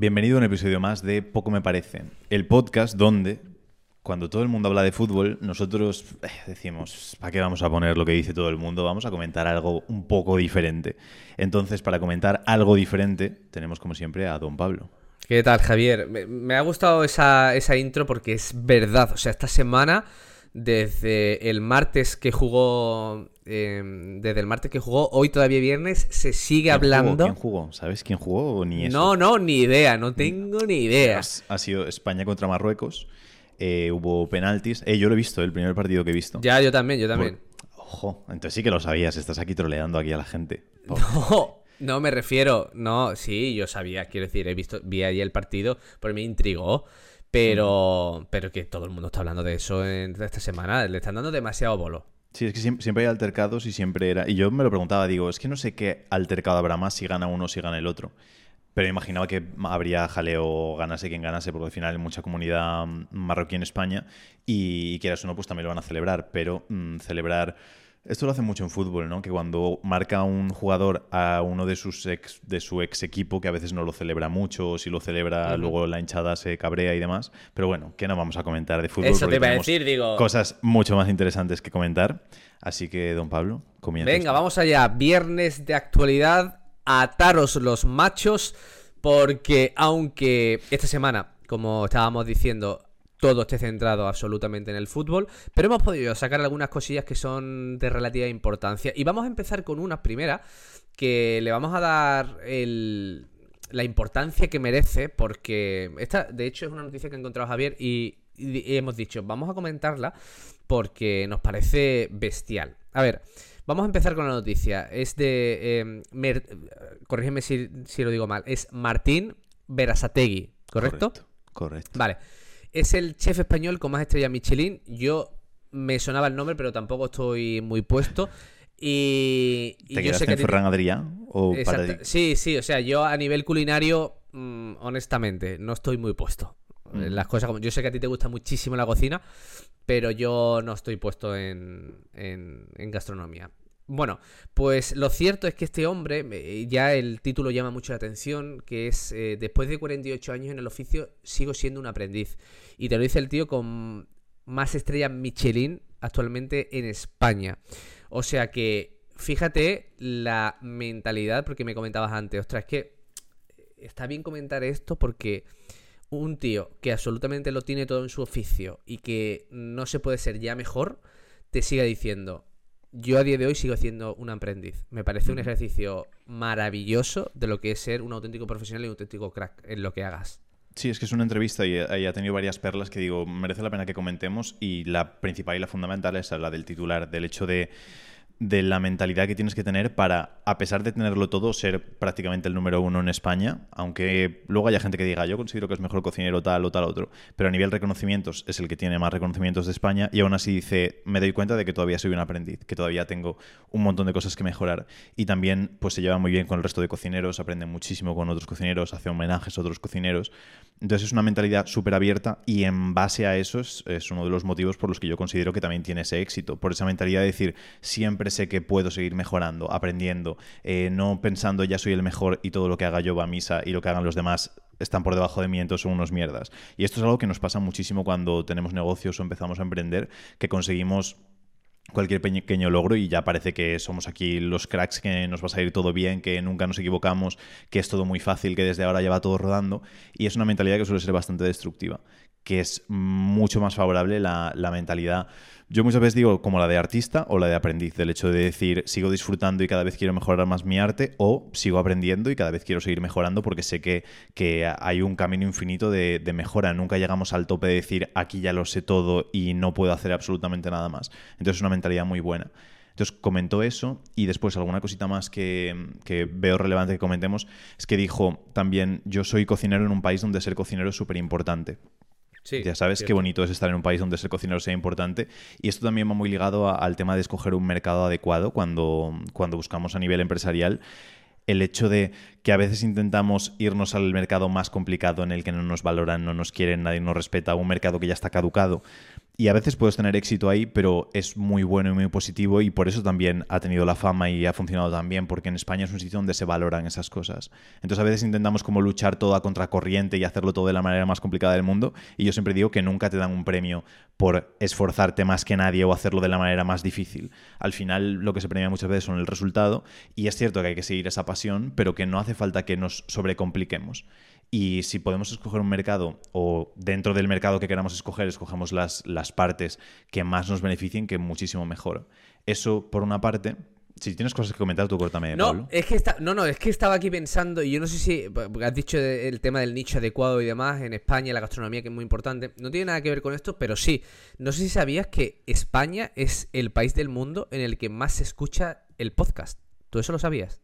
Bienvenido a un episodio más de Poco Me Parece, el podcast donde, cuando todo el mundo habla de fútbol, nosotros decimos, ¿para qué vamos a poner lo que dice todo el mundo? Vamos a comentar algo un poco diferente. Entonces, para comentar algo diferente, tenemos como siempre a Don Pablo. ¿Qué tal, Javier? Me ha gustado esa intro porque es verdad. O sea, esta semana, desde el martes que jugó, hoy todavía viernes, se sigue hablando. ¿Quién jugó? ¿Sabes quién jugó o ni eso? No, ni idea. No tengo ni idea. Ha sido España contra Marruecos. Hubo penaltis. Yo lo he visto, el primer partido que he visto. Ya, yo también. Ojo, entonces sí que lo sabías. Estás aquí troleando aquí a la gente. No me refiero. No, sí, yo sabía. Quiero decir, vi ahí el partido, pero me intrigó. Pero que todo el mundo está hablando de eso esta semana. Le están dando demasiado bolo. Sí, es que siempre hay altercados y siempre era... Y yo me lo preguntaba, digo, es que no sé qué altercado habrá más si gana uno o si gana el otro. Pero imaginaba que habría jaleo, ganase quien ganase, porque al final hay mucha comunidad marroquí en España y quieras o no, pues también lo van a celebrar. Pero celebrar... Esto lo hacen mucho en fútbol, ¿no? Que cuando marca un jugador a uno de su ex equipo, que a veces no lo celebra mucho, o si lo celebra, luego la hinchada se cabrea y demás. Pero bueno, que no vamos a comentar de fútbol. Eso porque te iba a decir, digo. Cosas mucho más interesantes que comentar. Así que, don Pablo, comienza. Venga, vamos allá. Viernes de actualidad. Ataros los machos. Porque aunque esta semana, como estábamos diciendo, todo esté centrado absolutamente en el fútbol, pero hemos podido sacar algunas cosillas que son de relativa importancia. Y vamos a empezar con una primera que le vamos a dar la importancia que merece, porque esta, de hecho, es una noticia que ha encontrado Javier y hemos dicho, vamos a comentarla porque nos parece bestial. A ver, vamos a empezar con la noticia. Es de... corrígeme si lo digo mal. Es Martín Berasategui, ¿correcto? Correcto. Vale. Es el chef español con más estrellas Michelin. Yo me sonaba el nombre, pero tampoco estoy muy puesto. Y ¿Te yo sé quedaste que en Ferran Adrià? ¿O Sí, o sea, yo a nivel culinario, honestamente, no estoy muy puesto. Las cosas como... Yo sé que a ti te gusta muchísimo la cocina, pero yo no estoy puesto en gastronomía. Bueno, pues lo cierto es que este hombre, ya el título llama mucho la atención, que es, después de 48 años en el oficio, sigo siendo un aprendiz. Y te lo dice el tío con más estrellas Michelin actualmente en España. O sea que, fíjate la mentalidad, porque me comentabas antes, ostras, es que está bien comentar esto porque un tío que absolutamente lo tiene todo en su oficio y que no se puede ser ya mejor, te siga diciendo... Yo a día de hoy sigo siendo un aprendiz. Me parece un ejercicio maravilloso de lo que es ser un auténtico profesional y un auténtico crack en lo que hagas. Sí, es que es una entrevista y ha tenido varias perlas que digo, merece la pena que comentemos, y la principal y la fundamental es la del titular, del hecho de la mentalidad que tienes que tener para, a pesar de tenerlo todo, ser prácticamente el número uno en España, aunque luego haya gente que diga, yo considero que es mejor cocinero tal o tal otro, pero a nivel reconocimientos es el que tiene más reconocimientos de España, y aún así dice, me doy cuenta de que todavía soy un aprendiz, que todavía tengo un montón de cosas que mejorar, y también pues se lleva muy bien con el resto de cocineros, aprende muchísimo con otros cocineros, hace homenajes a otros cocineros, entonces es una mentalidad súper abierta, y en base a eso es uno de los motivos por los que yo considero que también tiene ese éxito, por esa mentalidad de decir, siempre sé que puedo seguir mejorando, aprendiendo, no pensando ya soy el mejor y todo lo que haga yo va a misa y lo que hagan los demás están por debajo de mí, entonces son unos mierdas. Y esto es algo que nos pasa muchísimo cuando tenemos negocios o empezamos a emprender, que conseguimos cualquier pequeño logro y ya parece que somos aquí los cracks, que nos va a salir todo bien, que nunca nos equivocamos, que es todo muy fácil, que desde ahora ya va todo rodando, y es una mentalidad que suele ser bastante destructiva, que es mucho más favorable la mentalidad, yo muchas veces digo como la de artista o la de aprendiz, del hecho de decir sigo disfrutando y cada vez quiero mejorar más mi arte, o sigo aprendiendo y cada vez quiero seguir mejorando porque sé que hay un camino infinito de mejora, nunca llegamos al tope de decir aquí ya lo sé todo y no puedo hacer absolutamente nada más. Entonces es una mentalidad muy buena. Entonces comentó eso, y después alguna cosita más que veo relevante que comentemos es que dijo también, yo soy cocinero en un país donde ser cocinero es súper importante. Sí, ya sabes qué bonito es estar en un país donde ser cocinero sea importante, y esto también va muy ligado al tema de escoger un mercado adecuado cuando buscamos a nivel empresarial. El hecho de que a veces intentamos irnos al mercado más complicado en el que no nos valoran, no nos quieren, nadie nos respeta, un mercado que ya está caducado, Y a veces puedes tener éxito ahí, pero es muy bueno y muy positivo y por eso también ha tenido la fama y ha funcionado tan bien, porque en España es un sitio donde se valoran esas cosas. Entonces a veces intentamos como luchar todo a contracorriente y hacerlo todo de la manera más complicada del mundo y yo siempre digo que nunca te dan un premio por esforzarte más que nadie o hacerlo de la manera más difícil. Al final lo que se premia muchas veces son el resultado y es cierto que hay que seguir esa pasión, pero que no hace falta que nos sobrecompliquemos. Y si podemos escoger un mercado o dentro del mercado que queramos escoger, escogemos las partes que más nos beneficien, que muchísimo mejor. Eso por una parte. Si tienes cosas que comentar, tú córtame, No, Pablo. es que es que estaba aquí pensando y yo no sé si porque has dicho el tema del nicho adecuado y demás en España, la gastronomía que es muy importante. No tiene nada que ver con esto, pero sí. No sé si sabías que España es el país del mundo en el que más se escucha el podcast. ¿Tú eso lo sabías?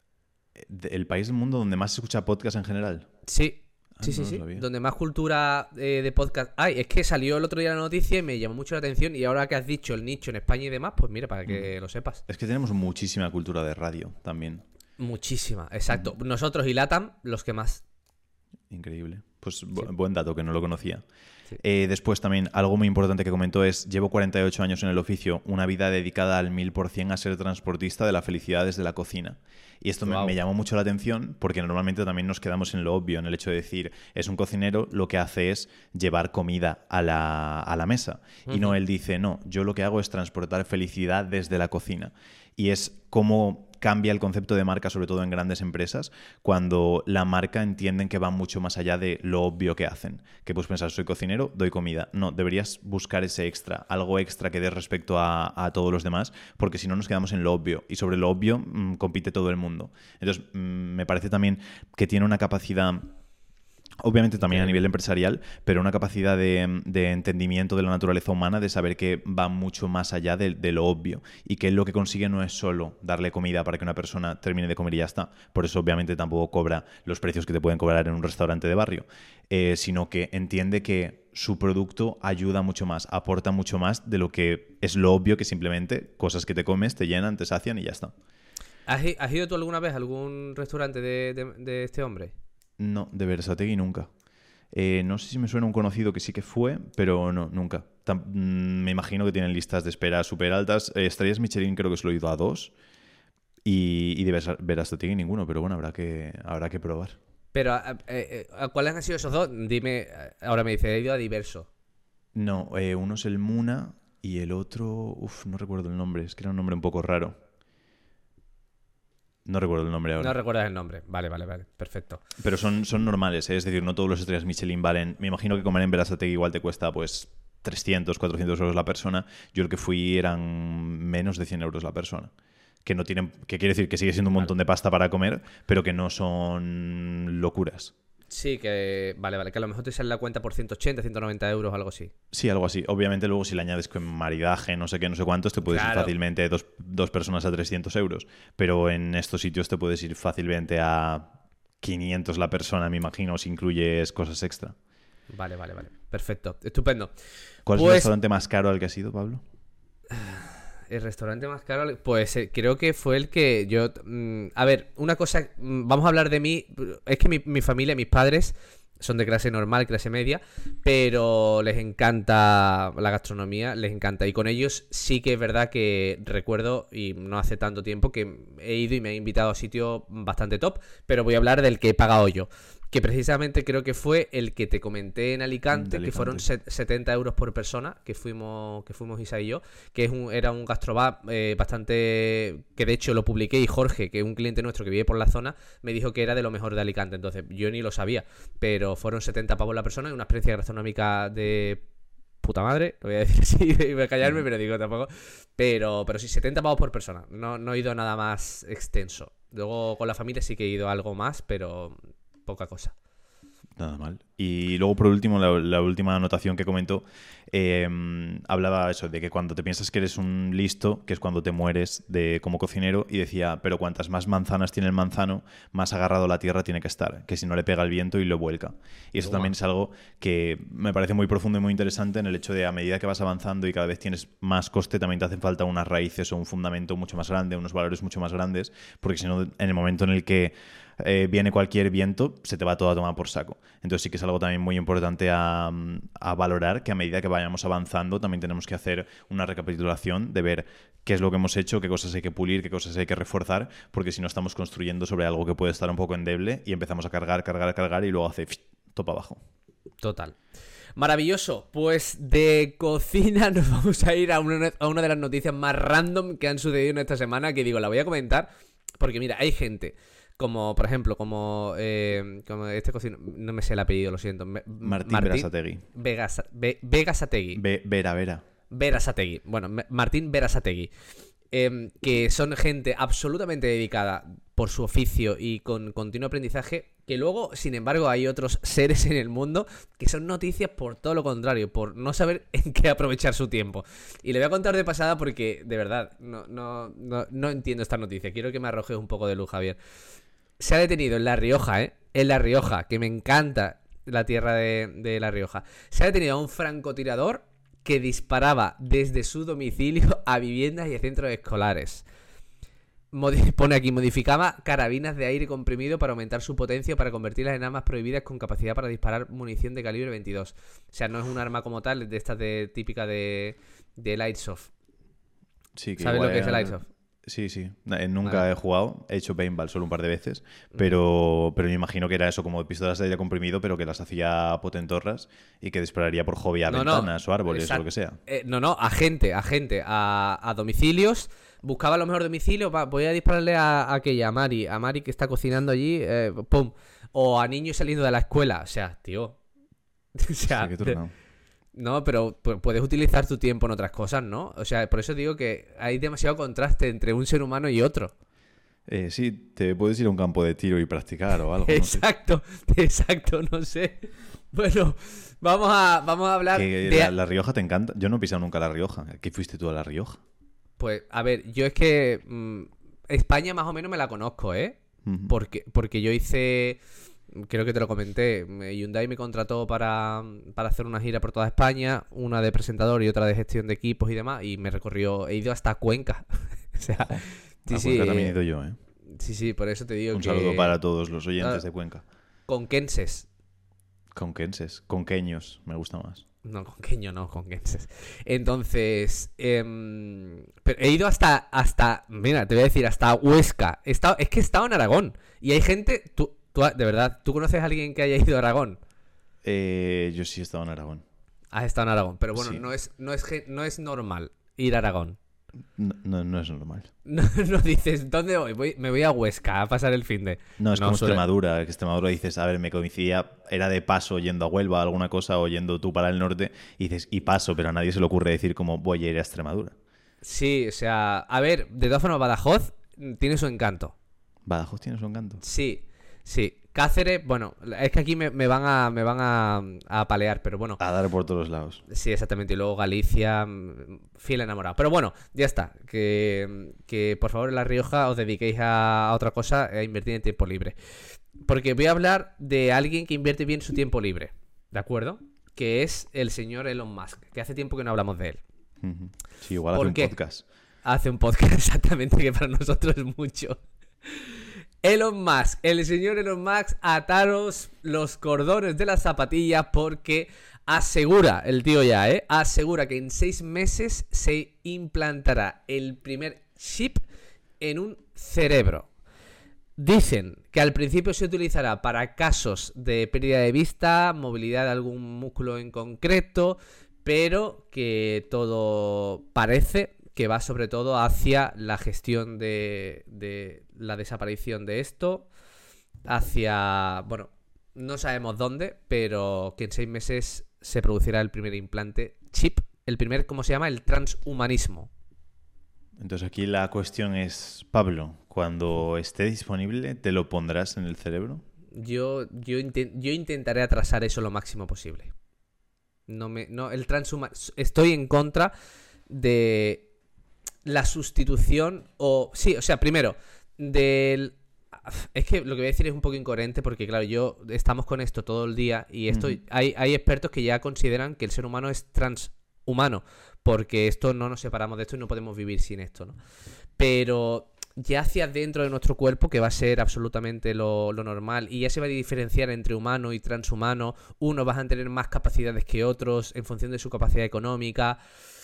¿El país del mundo donde más se escucha podcast en general? Sí. Ah, Sí, no sí, lo sí. sabía. Donde más cultura de podcast hay. Es que salió el otro día la noticia y me llamó mucho la atención. Y ahora que has dicho el nicho en España y demás, pues mira, para que lo sepas. Es que tenemos muchísima cultura de radio también. Muchísima, exacto. Nosotros y LATAM, los que más. Increíble. Pues Sí. buen dato, que no lo conocía. Sí. Después también, algo muy importante que comentó es, llevo 48 años en el oficio, una vida dedicada al 1000% a ser transportista de la felicidad desde la cocina. Y esto Wow. me llamó mucho la atención porque normalmente también nos quedamos en lo obvio, en el hecho de decir, es un cocinero, lo que hace es llevar comida a la mesa. Y no, él dice, no, yo lo que hago es transportar felicidad desde la cocina. Y es como cambia el concepto de marca, sobre todo en grandes empresas, cuando la marca entienden que va mucho más allá de lo obvio que hacen. Que puedes pensar, soy cocinero, doy comida. No, deberías buscar ese extra, algo extra que dé respecto a todos los demás, porque si no nos quedamos en lo obvio. Y sobre lo obvio compite todo el mundo. Entonces, me parece también que tiene una capacidad... Obviamente también a nivel empresarial, pero una capacidad de entendimiento de la naturaleza humana, de saber que va mucho más allá de lo obvio y que lo que consigue no es solo darle comida para que una persona termine de comer y ya está. Por eso obviamente tampoco cobra los precios que te pueden cobrar en un restaurante de barrio, sino que entiende que su producto ayuda mucho más, aporta mucho más de lo que es lo obvio, que simplemente cosas que te comes, te llenan, te sacian y ya está. ¿Has ido tú alguna vez a algún restaurante de este hombre? No, de Berasategui nunca. No sé si me suena un conocido que sí que fue, pero no, nunca. Me imagino que tienen listas de espera súper altas. Estrellas Michelin creo que solo he ido a 2 y de Berasategui ninguno, pero bueno, habrá que probar. Pero, ¿a cuáles han sido esos dos? Dime, ahora me dice, he ido a Diverso. No, uno es el Muna y el otro... no recuerdo el nombre, es que era un nombre un poco raro. No recuerdo el nombre ahora. No recuerdas el nombre. Vale, perfecto. Pero son normales, ¿eh? Es decir, no todos los estrellas Michelin valen... Me imagino que comer en Berasategui igual te cuesta pues 300, 400 euros la persona. Yo el que fui eran menos de 100 euros la persona. Que no tienen... Que quiere decir que sigue siendo un montón de pasta para comer, pero que no son locuras. Sí, que... Vale, que a lo mejor te sale la cuenta por 180, 190 euros, algo así. Sí, algo así. Obviamente luego si le añades con maridaje, no sé qué, no sé cuántos, te puedes ir fácilmente dos personas a 300 euros. Pero en estos sitios te puedes ir fácilmente a 500 la persona, me imagino, si incluyes cosas extra. Vale. Perfecto. Estupendo. ¿Cuál es el restaurante más caro al que has ido, Pablo? El restaurante más caro, pues creo que fue el que yo... a ver, una cosa, vamos a hablar de mí. Es que mi familia, mis padres son de clase normal, clase media, pero les encanta la gastronomía, les encanta. Y con ellos sí que es verdad que recuerdo, y no hace tanto tiempo, que he ido y me he invitado a sitios bastante top, pero voy a hablar del que he pagado yo. Que precisamente creo que fue el que te comenté en Alicante, que fueron 70 euros por persona, que fuimos Isa y yo, que era un gastrobar bastante... que de hecho lo publiqué y Jorge, que es un cliente nuestro que vive por la zona, me dijo que era de lo mejor de Alicante. Entonces yo ni lo sabía, pero fueron 70 pavos la persona y una experiencia gastronómica de... puta madre, lo voy a decir así, y voy a callarme, pero digo tampoco. Pero sí, 70 pavos por persona. No he ido a nada más extenso. Luego con la familia sí que he ido a algo más, pero... poca cosa. Nada mal. Y luego, por último, la última anotación que comentó, hablaba eso, de que cuando te piensas que eres un listo, que es cuando te mueres como cocinero, y decía, pero cuantas más manzanas tiene el manzano, más agarrado a la tierra tiene que estar, que si no le pega el viento y lo vuelca. Y eso también es algo que me parece muy profundo y muy interesante en el hecho de a medida que vas avanzando y cada vez tienes más coste, también te hacen falta unas raíces o un fundamento mucho más grande, unos valores mucho más grandes, porque si no, en el momento en el que viene cualquier viento, se te va todo a tomar por saco. Entonces sí que es algo también muy importante a valorar, que a medida que vayamos avanzando también tenemos que hacer una recapitulación de ver qué es lo que hemos hecho, qué cosas hay que pulir, qué cosas hay que reforzar, porque si no estamos construyendo sobre algo que puede estar un poco endeble y empezamos a cargar y luego hace todo para abajo. Total. Maravilloso. Pues de cocina nos vamos a ir a una de las noticias más random que han sucedido en esta semana, que digo, la voy a comentar, porque mira, hay gente como, por ejemplo, como este cocinero, no me sé el apellido, lo siento. Martín Berasategui. Vegasategui. Berasategui. Bueno, Martín Berasategui. Que son gente absolutamente dedicada por su oficio y con continuo aprendizaje, que luego, sin embargo, hay otros seres en el mundo que son noticias por todo lo contrario, por no saber en qué aprovechar su tiempo. Y le voy a contar de pasada porque, de verdad, no entiendo esta noticia. Quiero que me arrojes un poco de luz, Javier. Se ha detenido en La Rioja, en La Rioja, que me encanta la tierra de La Rioja. Se ha detenido a un francotirador que disparaba desde su domicilio a viviendas y a centros escolares. Pone aquí, modificaba carabinas de aire comprimido para aumentar su potencia, para convertirlas en armas prohibidas con capacidad para disparar munición de calibre 22. O sea, no es un arma como tal, de estas típica de Airsoft. Sí, que ¿sabes lo que es el Airsoft? Sí. Nunca he jugado, he hecho paintball solo un par de veces, pero me imagino que era eso, como pistolas de aire comprimido, pero que las hacía potentorras y que dispararía por hobby a ventanas o árboles o lo que sea. A gente, a domicilios. Buscaba los mejores domicilios, voy a dispararle a aquella, a Mari que está cocinando allí, pum. O a niños saliendo de la escuela. O sea, tío. O sea, sí, qué no, pero puedes utilizar tu tiempo en otras cosas, ¿no? O sea, por eso digo que hay demasiado contraste entre un ser humano y otro. Sí, te puedes ir a un campo de tiro y practicar o algo. Exacto, no sé. Bueno, vamos a hablar de... ¿La Rioja te encanta? Yo no he pisado nunca La Rioja. ¿Qué fuiste tú a La Rioja? Pues, a ver, yo es que España más o menos me la conozco, ¿eh? Uh-huh. Porque yo hice... Creo que te lo comenté. Hyundai me contrató para hacer una gira por toda España, una de presentador y otra de gestión de equipos y demás, y me recorrió, he ido hasta Cuenca. O sea, Cuenca también he ido yo, ¿eh? Sí, por eso te digo Un saludo para todos los oyentes de Cuenca. Conquenses. Conqueños, me gusta más. No, conquenses. Entonces, pero he ido hasta, mira, te voy a decir, hasta Huesca. Es que he estado en Aragón. Y hay gente, de verdad, ¿tú conoces a alguien que haya ido a Aragón? Yo sí he estado en Aragón. Has estado en Aragón, pero bueno, sí. no es normal ir a Aragón. No es normal. No dices, ¿dónde voy? Me voy a Huesca a pasar el finde. No, es como Extremadura. Que Extremadura dices, a ver, me coincidía, era de paso yendo a Huelva, alguna cosa, o yendo tú para el norte, y dices, y paso, pero a nadie se le ocurre decir como voy a ir a Extremadura. Sí, o sea, a ver, de todas formas, Badajoz tiene su encanto. ¿Badajoz tiene su encanto? Sí. Cáceres, bueno, es que aquí me van a apalear, pero bueno. A dar por todos lados. Sí, exactamente. Y luego Galicia, fiel enamorado. Pero bueno, ya está. Que por favor en La Rioja os dediquéis a otra cosa, a invertir en tiempo libre. Porque voy a hablar de alguien que invierte bien su tiempo libre, ¿de acuerdo? Que es el señor Elon Musk, que hace tiempo que no hablamos de él. Sí, igual hace un podcast. Hace un podcast, exactamente, que para nosotros es mucho. Elon Musk, el señor Elon Musk, ataros los cordones de las zapatillas porque asegura, el tío ya, asegura que en 6 meses se implantará el primer chip en un cerebro. Dicen que al principio se utilizará para casos de pérdida de vista, movilidad de algún músculo en concreto, pero que todo parece que va sobre todo hacia la gestión de la desaparición de esto, hacia, bueno, no sabemos dónde, pero que en 6 meses se producirá el primer implante chip, el primer, ¿cómo se llama? El transhumanismo. Entonces aquí la cuestión es, Pablo, cuando esté disponible, ¿te lo pondrás en el cerebro? Yo intentaré atrasar eso lo máximo posible. El transhumanismo, estoy en contra de la sustitución primero es que lo que voy a decir es un poco incoherente porque claro, estamos con esto todo el día y hay expertos que ya consideran que el ser humano es transhumano porque esto no nos separamos de esto y no podemos vivir sin esto, ¿no? Pero ya hacia dentro de nuestro cuerpo, que va a ser absolutamente lo normal, y ya se va a diferenciar entre humano y transhumano. Unos van a tener más capacidades que otros en función de su capacidad económica.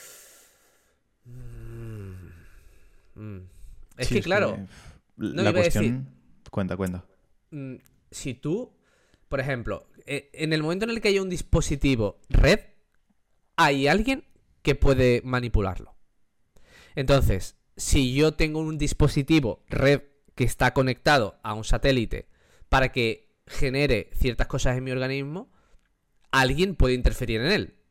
Es Sí, que es claro, que no la iba a decir, cuestión... Cuenta. si tú, por ejemplo, en el momento en el que haya un dispositivo red, hay alguien que puede manipularlo. Entonces, si yo tengo un dispositivo red que está conectado a un satélite para que genere ciertas cosas en mi organismo, alguien puede interferir en él.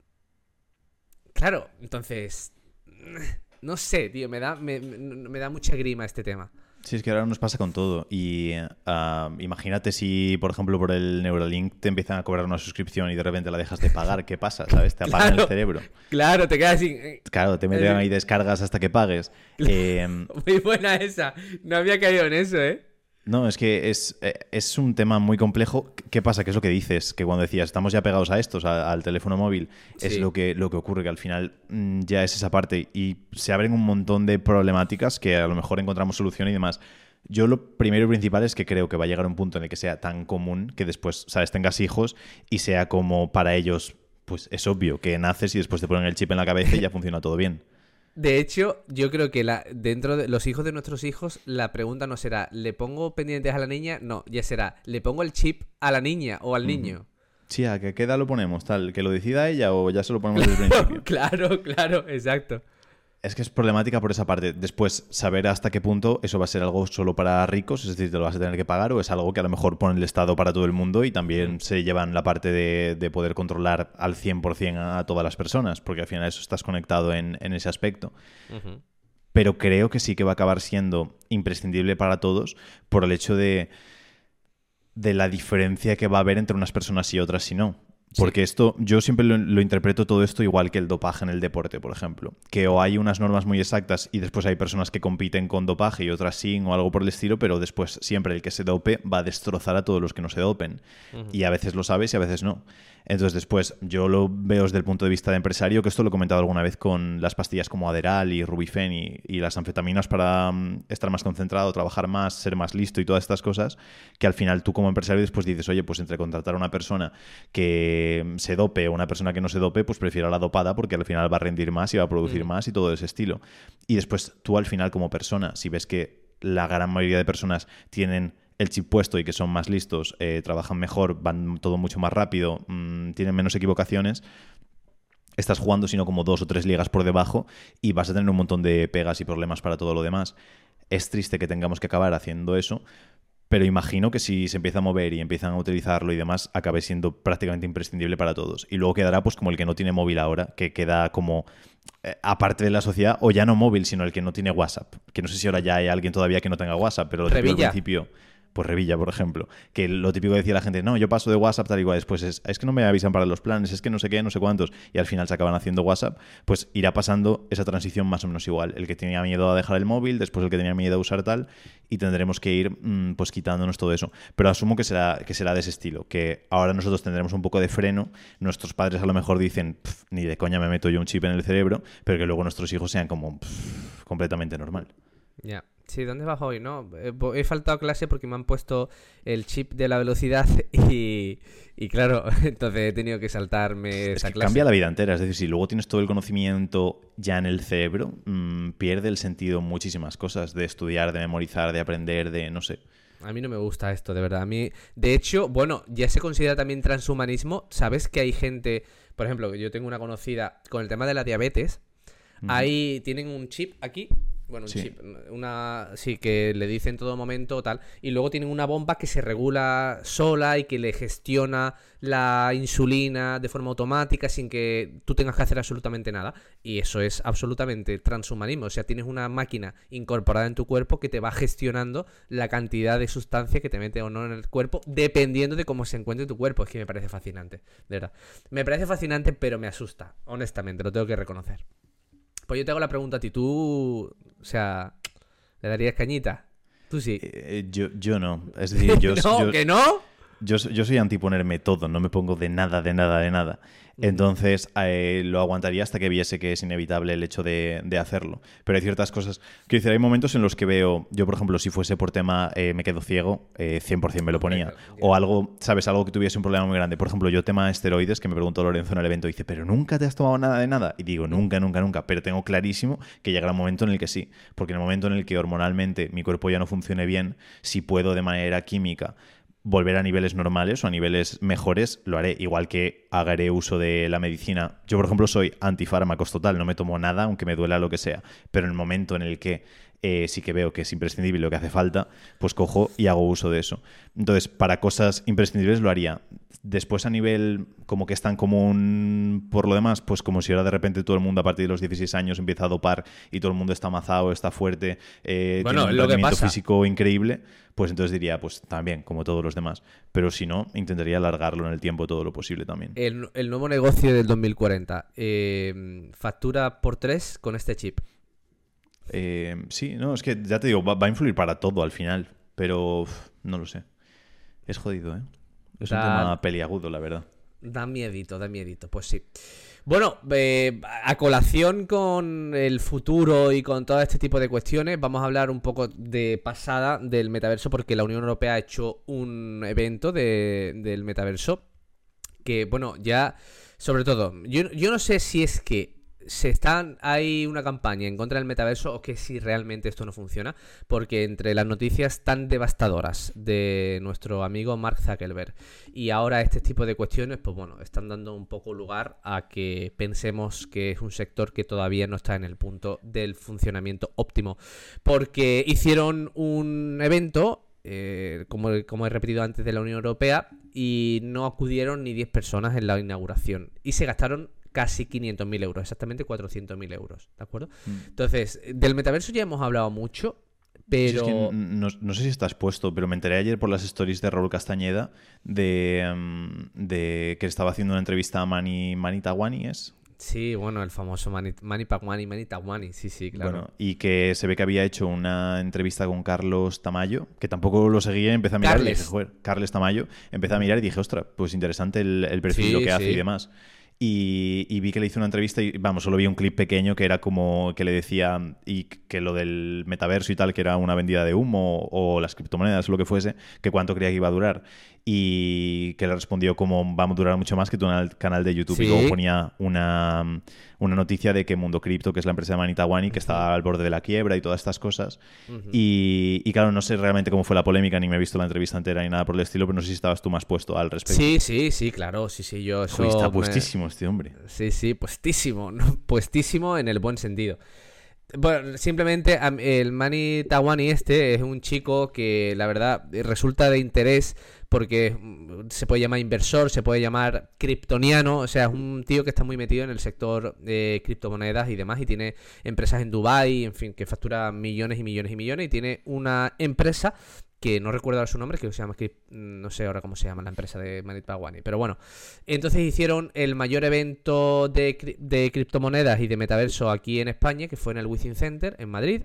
Claro, entonces... No sé, tío, me da mucha grima este tema. Sí, es que ahora nos pasa con todo. Y imagínate si, por ejemplo, por el Neuralink te empiezan a cobrar una suscripción y de repente la dejas de pagar. ¿Qué pasa? ¿Sabes? Te apagan Claro, el cerebro. claro, te quedas sin... Claro, te meten ahí descargas hasta que pagues. Muy buena esa. No había caído en eso, ¿eh? No, es que es un tema muy complejo. ¿Qué pasa? ¿Qué es lo que dices? Que cuando decías, estamos ya pegados a estos, al teléfono móvil, es Sí. lo que ocurre, que al final ya es esa parte y se abren un montón de problemáticas que a lo mejor encontramos solución y demás. Yo lo primero y principal es que creo que va a llegar un punto en el que sea tan común que después, ¿sabes?, tengas hijos y sea como para ellos, pues es obvio que naces y después te ponen el chip en la cabeza y ya funciona todo bien. De hecho, yo creo que dentro de los hijos de nuestros hijos, la pregunta no será, ¿le pongo pendientes a la niña? No, ya será, ¿le pongo el chip a la niña o al niño? Sí, ¿a qué edad lo ponemos? Tal, ¿que lo decida ella o ya se lo ponemos desde el principio? Claro, exacto. Es que es problemática por esa parte. Después, saber hasta qué punto eso va a ser algo solo para ricos, es decir, te lo vas a tener que pagar, o es algo que a lo mejor pone el Estado para todo el mundo y también se llevan la parte de poder controlar al 100% a todas las personas, porque al final eso estás conectado en ese aspecto. Ujú. Pero creo que sí que va a acabar siendo imprescindible para todos por el hecho de la diferencia que va a haber entre unas personas y otras si no. Porque esto, yo siempre lo interpreto todo esto igual que el dopaje en el deporte, por ejemplo. Que o hay unas normas muy exactas y después hay personas que compiten con dopaje y otras sin o algo por el estilo, pero después siempre el que se dope va a destrozar a todos los que no se dopen. Y a veces lo sabes y a veces no. Entonces después yo lo veo desde el punto de vista de empresario, que esto lo he comentado alguna vez con las pastillas como Adderall y Rubifen y las anfetaminas para estar más concentrado, trabajar más, ser más listo y todas estas cosas, que al final tú como empresario después dices, oye, pues entre contratar a una persona que se dope o una persona que no se dope, pues prefiero a la dopada porque al final va a rendir más y va a producir más y todo ese estilo. Y después tú al final como persona, si ves que la gran mayoría de personas tienen el chip puesto y que son más listos, trabajan mejor, van todo mucho más rápido, tienen menos equivocaciones, estás jugando sino como 2 o 3 ligas por debajo y vas a tener un montón de pegas y problemas para todo lo demás. Es triste que tengamos que acabar haciendo eso, pero imagino que si se empieza a mover y empiezan a utilizarlo y demás, acabe siendo prácticamente imprescindible para todos. Y luego quedará pues como el que no tiene móvil ahora, que queda como aparte de la sociedad, o ya no móvil, sino el que no tiene WhatsApp. Que no sé si ahora ya hay alguien todavía que no tenga WhatsApp, pero lo típico al principio... Pues Revilla, por ejemplo, que lo típico que decía la gente, no, yo paso de WhatsApp tal y cual, después es que no me avisan para los planes, es que no sé qué, no sé cuántos, y al final se acaban haciendo WhatsApp, pues irá pasando esa transición más o menos igual. El que tenía miedo a dejar el móvil, después el que tenía miedo a usar tal, y tendremos que ir pues quitándonos todo eso. Pero asumo que será de ese estilo, que ahora nosotros tendremos un poco de freno, nuestros padres a lo mejor dicen, ni de coña me meto yo un chip en el cerebro, pero que luego nuestros hijos sean como completamente normal. Ya. Sí, ¿dónde vas hoy? No, he faltado a clase porque me han puesto el chip de la velocidad y claro, entonces he tenido que saltarme esa clase. Cambia la vida entera, es decir, si luego tienes todo el conocimiento ya en el cerebro, pierde el sentido muchísimas cosas de estudiar, de memorizar, de aprender, de no sé. A mí no me gusta esto, de verdad. A mí, de hecho, bueno, ya se considera también transhumanismo. ¿Sabes que hay gente, por ejemplo, que yo tengo una conocida con el tema de la diabetes? Ahí tienen un chip aquí. Bueno, un chip, sí, que le dice en todo momento tal. Y luego tienen una bomba que se regula sola y que le gestiona la insulina de forma automática sin que tú tengas que hacer absolutamente nada. Y eso es absolutamente transhumanismo. O sea, tienes una máquina incorporada en tu cuerpo que te va gestionando la cantidad de sustancia que te mete o no en el cuerpo, dependiendo de cómo se encuentre tu cuerpo. Es que me parece fascinante, de verdad. Me parece fascinante, pero me asusta, honestamente, lo tengo que reconocer. Pues yo te hago la pregunta a ti, ¿tú, o sea, le darías cañita? Tú sí. Yo no. Es decir, ¿No? ¿Que no? yo soy anti ponerme todo, no me pongo de nada, de nada, de nada. Entonces lo aguantaría hasta que viese que es inevitable el hecho de hacerlo. Pero hay ciertas cosas... Quiero decir, hay momentos en los que veo... Yo, por ejemplo, si fuese por tema me quedo ciego, 100% me lo ponía. O algo, ¿sabes? Algo que tuviese un problema muy grande. Por ejemplo, yo tema esteroides, que me preguntó Lorenzo en el evento, dice, ¿pero nunca te has tomado nada de nada? Y digo, nunca, nunca, nunca. Pero tengo clarísimo que llegará un momento en el que sí. Porque en el momento en el que hormonalmente mi cuerpo ya no funcione bien, si puedo de manera química volver a niveles normales o a niveles mejores, lo haré. Igual que haré uso de la medicina. Yo, por ejemplo, soy antifármacos total, no me tomo nada, aunque me duela lo que sea. Pero en el momento en el que sí que veo que es imprescindible lo que hace falta, pues cojo y hago uso de eso. Entonces, para cosas imprescindibles lo haría. Después, a nivel como que es tan común por lo demás, pues como si ahora de repente todo el mundo a partir de los 16 años empieza a dopar y todo el mundo está amazado, está fuerte, tiene un rendimiento físico increíble, pues entonces diría, pues también, como todos los demás. Pero si no, intentaría alargarlo en el tiempo todo lo posible también. El nuevo negocio del 2040. Factura por 3 con este chip. Sí, no, es que ya te digo, va a influir para todo al final, pero no lo sé. Es jodido, ¿eh? Es un tema peliagudo, la verdad. Da miedito, pues sí. Bueno, a colación con el futuro y con todo este tipo de cuestiones, vamos a hablar un poco de pasada del metaverso, porque la Unión Europea ha hecho un evento del metaverso que, bueno, ya, sobre todo, yo no sé si es que hay una campaña en contra del metaverso o que si realmente esto no funciona, porque entre las noticias tan devastadoras de nuestro amigo Mark Zuckerberg y ahora este tipo de cuestiones, pues bueno, están dando un poco lugar a que pensemos que es un sector que todavía no está en el punto del funcionamiento óptimo, porque hicieron un evento como he repetido antes, de la Unión Europea, y no acudieron ni 10 personas en la inauguración y se gastaron casi 500.000 euros, exactamente 400.000 euros, ¿de acuerdo? Del metaverso ya hemos hablado mucho, pero... Sí, es que no sé si estás puesto, pero me enteré ayer por las stories de Raúl Castañeda de que estaba haciendo una entrevista a Mani Tawani, ¿es? Sí, bueno, el famoso Mani Tawani, sí, claro. Bueno, y que se ve que había hecho una entrevista con Carlos Tamayo, que tampoco lo seguía, empecé a mirar y dije, joder, Carles Tamayo, empecé a mirar y dije, ostras, pues interesante el perfil, lo que hace y demás. Y vi que le hizo una entrevista y, vamos, solo vi un clip pequeño que era como que le decía y que lo del metaverso y tal, que era una vendida de humo o las criptomonedas o lo que fuese, que cuánto creía que iba a durar. Y que le respondió como va a durar mucho más que tu canal de YouTube. ¿Sí? Y luego ponía una noticia de que Mundo Cripto, que es la empresa de Mani Tawani, que estaba al borde de la quiebra y todas estas cosas. Y claro, no sé realmente cómo fue la polémica, ni me he visto la entrevista entera ni nada por el estilo, pero no sé si estabas tú más puesto al respecto. Sí, claro, sí, yo eso... Uy, está puestísimo este hombre. Sí, puestísimo, ¿no? Puestísimo en el buen sentido. Bueno, simplemente el Mani Tawani este es un chico que la verdad resulta de interés porque se puede llamar inversor, se puede llamar kriptoniano, o sea, es un tío que está muy metido en el sector de criptomonedas y demás, y tiene empresas en Dubái, en fin, que factura millones y millones y millones, y tiene una empresa que no recuerdo ahora su nombre, que se llama, no sé ahora cómo se llama la empresa de Mani Tawani, pero bueno, entonces hicieron el mayor evento de criptomonedas y de metaverso aquí en España, que fue en el Within Center en Madrid,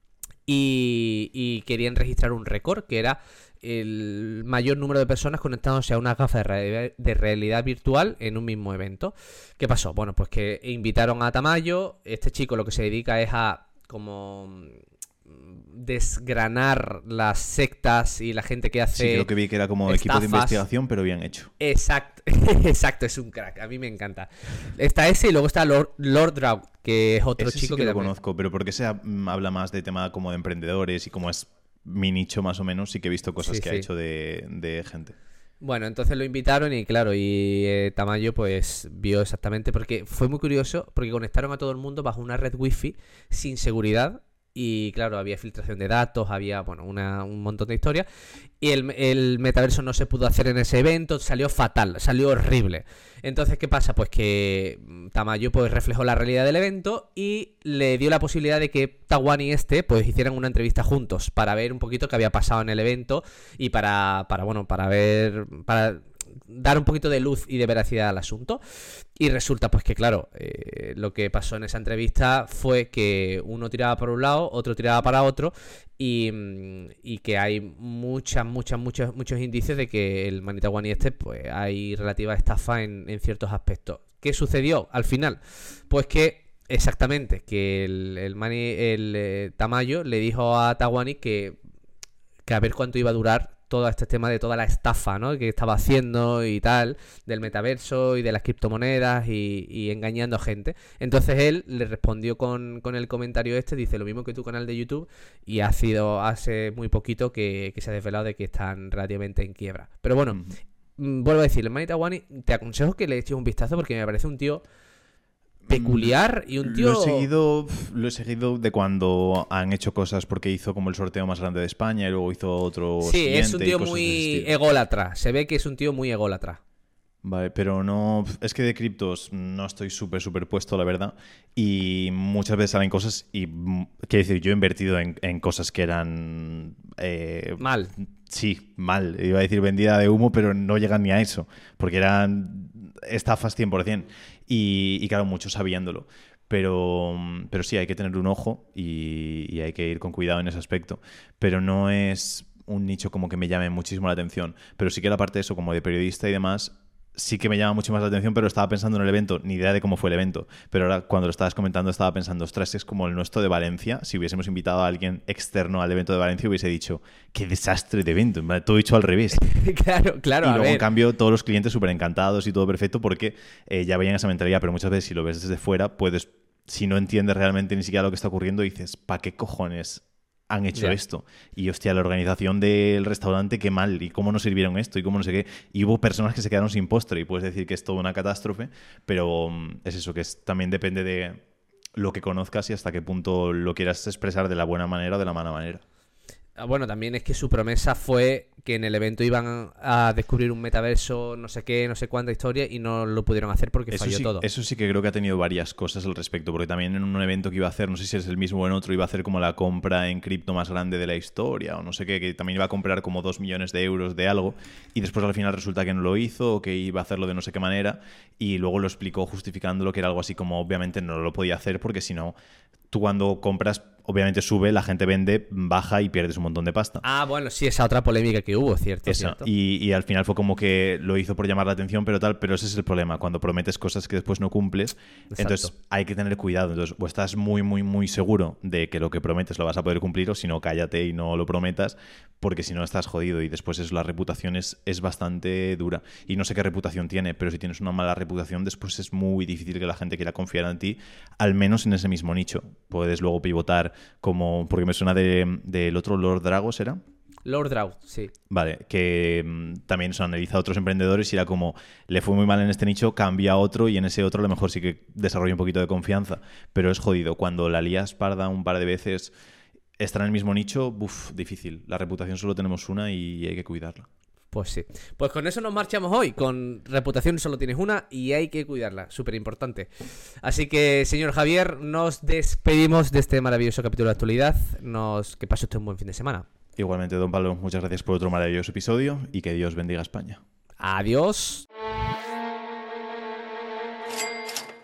y querían registrar un récord, que era el mayor número de personas conectándose a una gafas de realidad virtual en un mismo evento. ¿Qué pasó? Bueno, pues que invitaron a Tamayo. Este chico lo que se dedica es a como desgranar las sectas y la gente que hace... Sí, creo que vi que era como estafas. Equipo de investigación, pero bien hecho. Exacto, es un crack, a mí me encanta. Está ese y luego está Lord Draug, que es otro ese chico sí que lo también... conozco, pero porque se habla más de tema como de emprendedores y como es mi nicho más o menos, sí que he visto cosas que ha hecho de gente. Bueno, entonces lo invitaron y claro, y Tamayo pues vio exactamente, porque fue muy curioso, porque conectaron a todo el mundo bajo una red wifi sin seguridad. Y claro, había filtración de datos, había, bueno, un montón de historias. Y el metaverso no se pudo hacer en ese evento, salió fatal, salió horrible. Entonces, ¿qué pasa? Pues que Tamayo pues reflejó la realidad del evento y le dio la posibilidad de que Tawani pues hicieran una entrevista juntos para ver un poquito qué había pasado en el evento y para ver dar un poquito de luz y de veracidad al asunto. Y resulta pues que claro, lo que pasó en esa entrevista fue que uno tiraba para un lado, otro tiraba para otro, y que hay muchos indicios de que el Manita Guani pues hay relativa estafa en ciertos aspectos. ¿Qué sucedió al final? Pues que exactamente, que el Tamayo le dijo a Taguani que a ver cuánto iba a durar todo este tema de toda la estafa, ¿no?, que estaba haciendo y tal, del metaverso y de las criptomonedas y engañando a gente. Entonces él le respondió con el comentario dice lo mismo que tu canal de YouTube, y ha sido hace muy poquito que se ha desvelado de que están relativamente en quiebra. Pero bueno, vuelvo a decir, el Manita Guani, te aconsejo que le eches un vistazo porque me parece un tío peculiar y un tío... Lo he seguido de cuando han hecho cosas, porque hizo como el sorteo más grande de España y luego hizo otro Sí, es un tío muy ególatra. Se ve que es un tío muy ególatra. Vale, pero no... Es que de criptos no estoy súper puesto, la verdad. Y muchas veces salen cosas y... Quiero decir, yo he invertido en cosas que eran... Mal. Sí, mal. Iba a decir vendida de humo, pero no llegan ni a eso. Porque eran estafas 100%. Y claro, muchos sabiéndolo. Pero sí, hay que tener un ojo y hay que ir con cuidado en ese aspecto. Pero no es un nicho como que me llame muchísimo la atención. Pero sí que la parte de eso, como de periodista y demás, sí que me llama mucho más la atención, pero estaba pensando en el evento, ni idea de cómo fue el evento. Pero ahora, cuando lo estabas comentando, estaba pensando, ostras, es como el nuestro de Valencia. Si hubiésemos invitado a alguien externo al evento de Valencia, hubiese dicho, qué desastre de evento, todo hecho al revés. Claro. Y luego, en cambio, todos los clientes súper encantados y todo perfecto, porque ya veían esa mentalidad. Pero muchas veces, si lo ves desde fuera, puedes, si no entiendes realmente ni siquiera lo que está ocurriendo, dices, ¿para qué cojones han hecho esto? Y hostia, la organización del restaurante, qué mal, y cómo nos sirvieron esto, y cómo no sé qué. Y hubo personas que se quedaron sin postre, y puedes decir que es toda una catástrofe, pero es eso, que también depende de lo que conozcas y hasta qué punto lo quieras expresar de la buena manera o de la mala manera. Bueno, también es que su promesa fue que en el evento iban a descubrir un metaverso, no sé qué, no sé cuánta historia, y no lo pudieron hacer porque falló todo. Eso sí que creo que ha tenido varias cosas al respecto, porque también en un evento que iba a hacer, no sé si es el mismo o en otro, iba a hacer como la compra en cripto más grande de la historia, o no sé qué, que también iba a comprar como 2 millones de euros de algo, y después al final resulta que no lo hizo, o que iba a hacerlo de no sé qué manera, y luego lo explicó justificándolo, que era algo así como, obviamente no lo podía hacer, porque si no, tú cuando compras, obviamente sube, la gente vende, baja y pierdes un montón de pasta. Ah, bueno, sí, esa otra polémica que hubo, cierto. Y al final fue como que lo hizo por llamar la atención, pero ese es el problema, cuando prometes cosas que después no cumples. Exacto. Entonces hay que tener cuidado. Entonces, o estás muy seguro de que lo que prometes lo vas a poder cumplir, o si no, cállate y no lo prometas, porque si no estás jodido. Y después la reputación es bastante dura. Y no sé qué reputación tiene, pero si tienes una mala reputación, después es muy difícil que la gente quiera confiar en ti, al menos en ese mismo nicho. Puedes luego pivotar como... Porque me suena del otro Lord Dragos, ¿era? Lord Drago, sí. Vale, que también se analiza a otros emprendedores y era como, le fue muy mal en este nicho, cambia a otro y en ese otro a lo mejor sí que desarrolla un poquito de confianza. Pero es jodido. Cuando la lías parda un par de veces, estar en el mismo nicho, difícil. La reputación solo tenemos una y hay que cuidarla. Pues sí. Pues con eso nos marchamos hoy. Con reputación solo tienes una y hay que cuidarla. Súper importante. Así que, señor Javier, nos despedimos de este maravilloso capítulo de actualidad. Que pase usted un buen fin de semana. Igualmente, don Pablo, muchas gracias por otro maravilloso episodio y que Dios bendiga a España. Adiós.